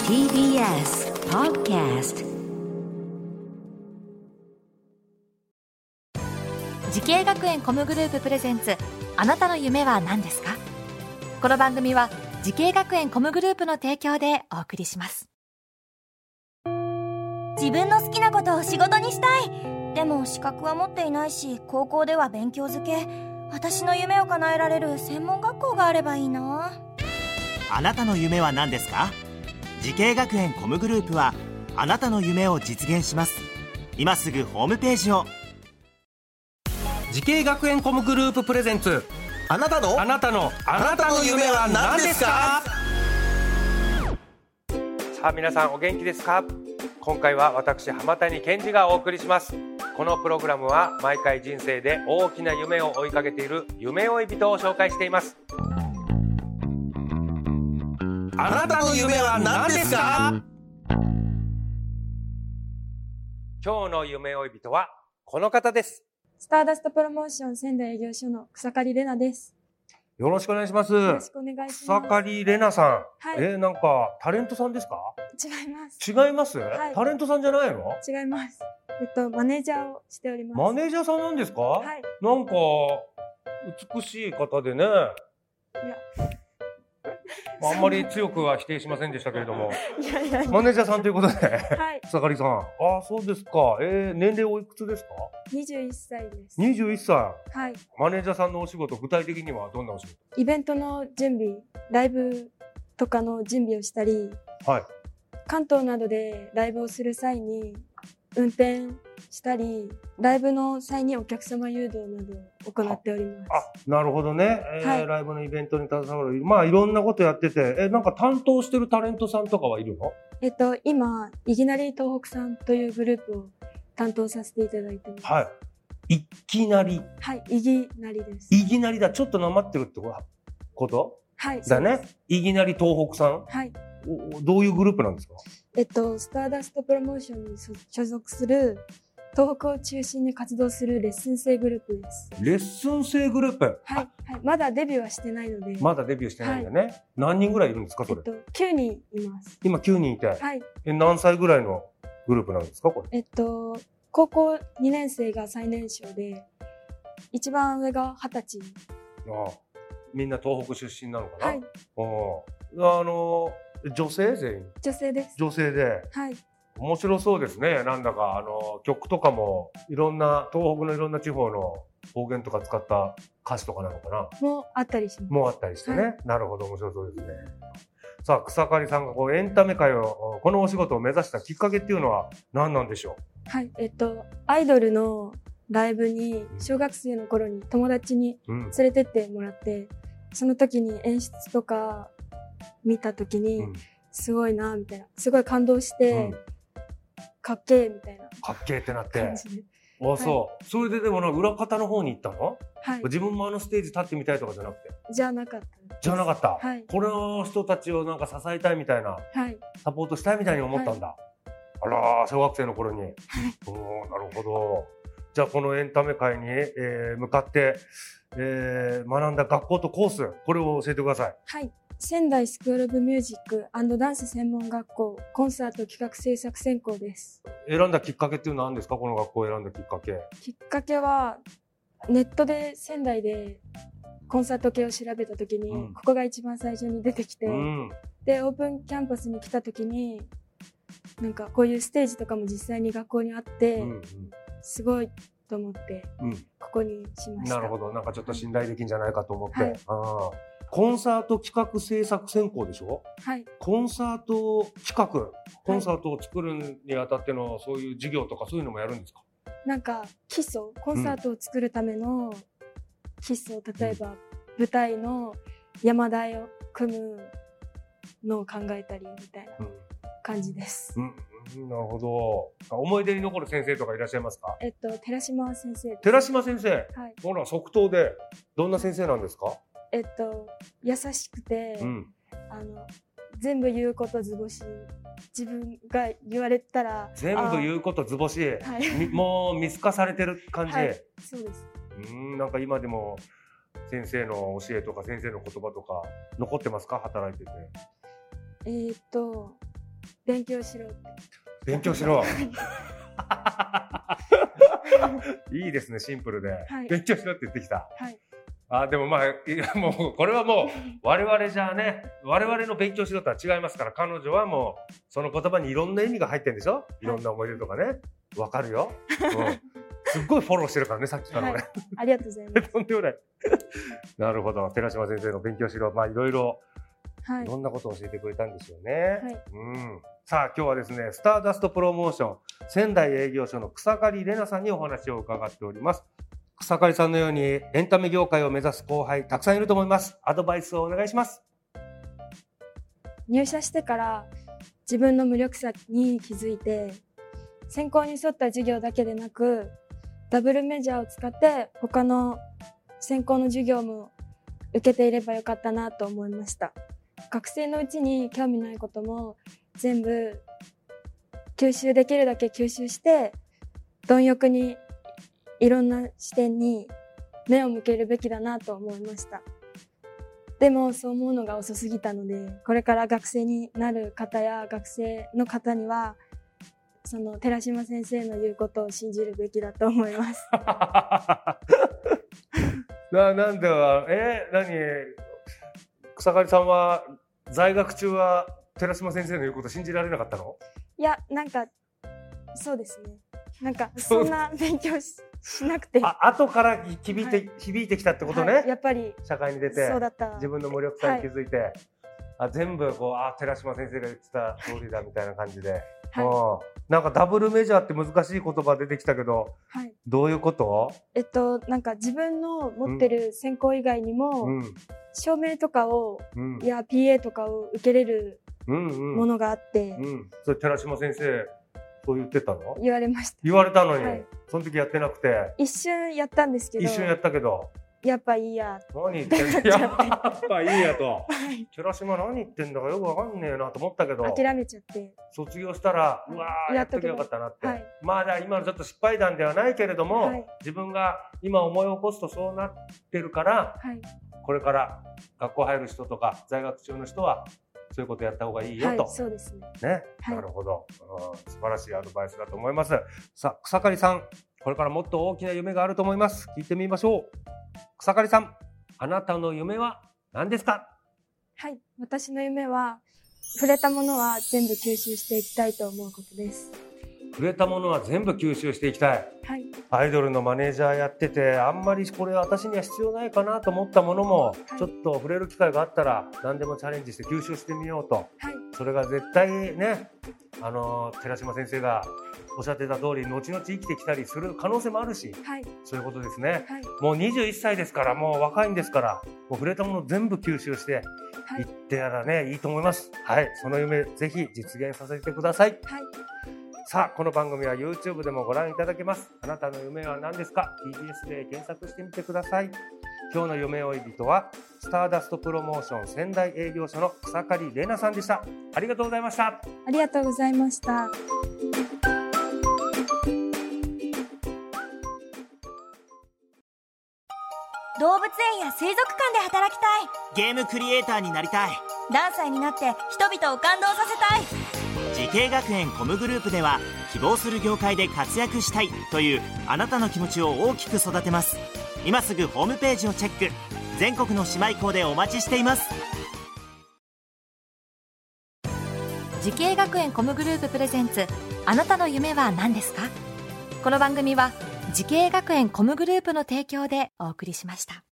TBS Podcast。 時系学園コムグループプレゼンツ、あなたの夢は何ですか？この番組は時系学園コムグループの提供でお送りします。 自分の好きなことを仕事にしたい。でも資格は持っていないし、高校では勉強づけ。私の夢を叶えられる専門学校があればいいな。 あなたの夢は何ですか？時系学園コムグループはあなたの夢を実現します。今すぐホームページを。 時系学園コムグループプレゼンツ、 あなたの夢は何ですか？ さあ皆さんお元気ですか？今回は私浜谷健二がお送りします。このプログラムは毎回人生で大きな夢を追いかけている夢追い人を紹介しています。 あなたの夢は何ですか？ 今日の夢追い人はこの方です。 スターダストプロモーション仙台営業所の草刈玲奈です。 よろしくお願いします。 よろしくお願いします。 草刈玲奈さん、 はい、 なんかタレントさんですか？ 違います。 違います、 はい、 タレントさんじゃないの？ 違います。マネージャーをしております。 マネージャーさんなんですか？ はい。 なんか美しい方でね。 いやあんまり強くは否定しませんでしたけれどもいやマネージャーさんということで、 はい、 草刈さん、あ、そうですか。年齢おいくつですか ？21歳です。 21歳。 はい。 マネージャーさんのお仕事、具体的にはどんなお仕事？ イベントの準備、ライブとかの準備をしたり、 はい、 関東などでライブをする際に運転したり、ライブの際にお客様誘導などを行っております。 あ、なるほどね。 はい、 ライブのイベントに携わる、まあいろんなことやってて、なんか担当してるタレントさんとかはいるの？ 今、いきなり東北さんというグループを担当させていただいてます。 はい。いきなり。 はい、いきなりです。 いきなりだ。ちょっとなまってるってこと？ はい。 だね。いきなり東北さん。 はい。 どういうグループなんですか？ スターダストプロモーションに所属する東北を中心に活動するレッスン制グループです。 レッスン制グループ。 はい。はい、まだデビューはしてないので。 まだデビューしてないんだね。はい、何人ぐらいいるんですか、それ。 9人います。 今9人いて。 はい。 何歳ぐらいのグループなんですか、これ。 高校2年生が最年少で、一番上が20歳。 ああ、みんな東北出身なのかな？ はい。 女性全員？ 女性です。 女性で。 はい。 面白そうですね。なんだか曲とかもいろんな東北のいろんな地方の方言とか使った歌詞とかなのかな？ もうあったりします。 もうあったりしてね。 はい、 なるほど、面白そうですね。さあ、草刈さんがエンタメ界をこのお仕事を目指したきっかけっていうのは何なんでしょう？ はい、アイドルのライブに小学生の頃に友達に連れてってもらって、その時に演出とか見た時にすごいなみたいな、すごい感動して、かっけーみたいな。 かっけーってなって。 感じで。 あ、そう。それででも裏方の方に行ったの？ はい。 自分もステージ立ってみたいとかじゃなくて？ じゃなかった。 じゃなかった。 はい。 これの人たちをなんか支えたいみたいな。 はい。 サポートしたいみたいに思ったんだ。はい、あら、小学生の頃に。はい。なるほど。じゃあこのエンタメ界に、向かって、学んだ学校とコース、これを教えてください。 はい。仙台スクールオブミュージック&ダンス専門学校コンサート企画制作専攻です。 選んだきっかけっていうのは何ですか？この学校を選んだきっかけ。 きっかけはネットで仙台でコンサート系を調べた時に、ここが一番最初に出てきて、でオープンキャンパスに来た時になんかこういうステージとかも実際に学校にあって、すごいと思って、ここにしました。 なるほど。なんかちょっと信頼できるんじゃないかと思って。はい、コンサート企画制作専攻でしょ？ はい。 コンサート企画、コンサートを作るにあたってのそういう授業とかそういうのもやるんですか？ なんか基礎、コンサートを作るための基礎、例えば舞台の山台を組むのを考えたりみたいな感じです。 なるほど。思い出に残る先生とかいらっしゃいますか？ 寺島先生です。 寺島先生。はい。ほら、即答で。どんな先生なんですか？ 優しくて、全部言うこと図星。自分が言われたら全部言うこと図星、はい、もう見透かされてる感じ、はい、 そうです。 なんか今でも先生の教えとか先生の言葉とか残ってますか？働いてて。 勉強しろって。 勉強しろ。いいですね、シンプルで、はい、勉強しろって言ってきた。はい、でもまあもうこれはもう我々じゃね、我々の勉強しろとは違いますから、彼女はもうその言葉にいろんな意味が入ってるんでしょ。いろんな思い出とかね、わかるよ。すっごいフォローしてるからね、さっきからね。 ありがとうございます。 とんでもない。なるほど、寺島先生の勉強しろ、まあいろいろいろんなことを教えてくれたんですよね。さあ今日はですね、スターダストプロモーション仙台営業所の草刈玲奈さんにお話を伺っております。草刈さんのようにエンタメ業界を目指す後輩たくさんいると思います。アドバイスをお願いします。 入社してから自分の無力さに気づいて、専攻に沿った授業だけでなくダブルメジャーを使って他の専攻の授業も受けていればよかったなと思いました。学生のうちに興味ないことも全部吸収できるだけ吸収して、貪欲にいろんな視点に目を向けるべきだなと思いました。でもそう思うのが遅すぎたので、これから学生になる方や学生の方にはその寺島先生の言うことを信じるべきだと思います。 なんでは草刈さんは在学中は寺島先生の言うこと信じられなかったの？ いや、なんかそうですね。なんかそんな勉強 しなくて。 後から響いてきたってことね。 やっぱり社会に出てそうだった。 自分の無力さに気づいて、全部こう寺島先生が言ってた通りだみたいな感じで。なんかダブルメジャーって難しい言葉出てきたけど、どういうこと？ なんか自分の持ってる専攻以外にも、証明とかを、いや PA とかを受けれるものがあって、 それ寺島先生そう言ってたの？ 言われました。 言われたのに、その時やってなくて。 一瞬やったんですけど。 一瞬やったけど。 やっぱいいや。 何言ってんだ。やっぱいいやと。寺島何言ってんだかよくわかんねえなと思ったけど。 諦めちゃって。 卒業したら、うわーやっときゃよかったなって。まあ今のちょっと失敗談ではないけれども、自分が今思い起こすとそうなってるから、これから学校入る人とか在学中の人はそういうことやった方がいいよと。 そうですね。 なるほど。素晴らしいアドバイスだと思います。さあ、草刈さん、これからもっと大きな夢があると思います。聞いてみましょう。草刈さん、あなたの夢は何ですか？ はい、私の夢は触れたものは全部吸収していきたいと思うことです。 触れたものは全部吸収していきたい。アイドルのマネージャーやってて、あんまりこれ私には必要ないかなと思ったものも、ちょっと触れる機会があったら何でもチャレンジして吸収してみようと。それが絶対ね、寺島先生がおっしゃってた通り、後々生きてきたりする可能性もあるし、そういうことですね。もう21歳ですから、もう若いんですから、もう触れたもの全部吸収していってやらね、いいと思います。その夢ぜひ実現させてください。さあ、この番組は YouTube でもご覧いただけます。あなたの夢は何ですか？ TBS で検索してみてください。今日の夢追い人はスターダストプロモーション仙台営業所の草刈玲奈さんでした。ありがとうございました。 ありがとうございました。 動物園や水族館で働きたい。 ゲームクリエイターになりたい。 何歳になって人々を感動させたい。 時系学園コムグループでは、希望する業界で活躍したいというあなたの気持ちを大きく育てます。今すぐホームページをチェック。全国の姉妹校でお待ちしています。 時系学園コムグループプレゼンツ、あなたの夢は何ですか？この番組は時系学園コムグループの提供でお送りしました。